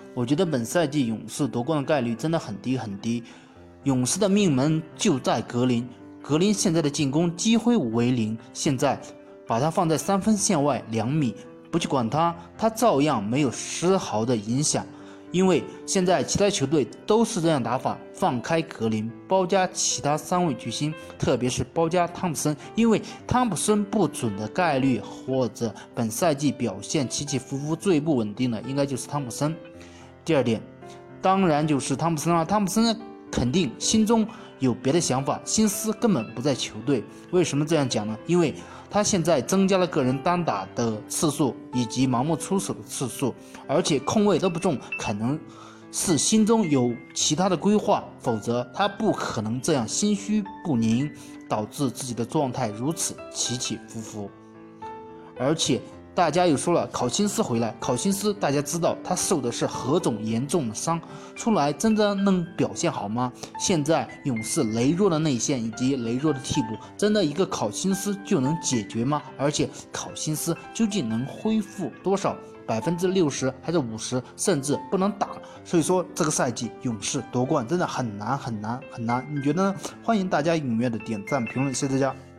我觉得本赛季勇士夺冠的概率真的很低很低。勇士的命门就在格林，格林现在的进攻几乎为零，现在把他放在3分线外2米，不去管他，他照样没有丝毫的影响。因为现在其他球队都是这样打法，放开格林，包夹其他3位巨星，特别是包夹汤普森，因为汤普森不准的概率或者本赛季表现起起伏伏最不稳定的应该就是汤普森。第二点，当然就是汤普森了，汤普森肯定心中有别的想法，心思根本不在球队。为什么这样讲呢？因为他现在增加了个人单打的次数以及盲目出手的次数，而且空位都不中，可能是心中有其他的规划，否则他不可能这样心绪不宁，导致自己的状态如此起起伏伏。而且大家又说了，考辛斯回来，考辛斯大家知道他受的是何种严重的伤，出来真的能表现好吗？现在勇士羸弱的内线以及羸弱的替补，真的一个考辛斯就能解决吗？而且考辛斯究竟能恢复多少？60%还是50%，甚至不能打。所以说这个赛季勇士夺冠真的很难很难很难，你觉得呢？欢迎大家踊跃的点赞评论，谢谢大家。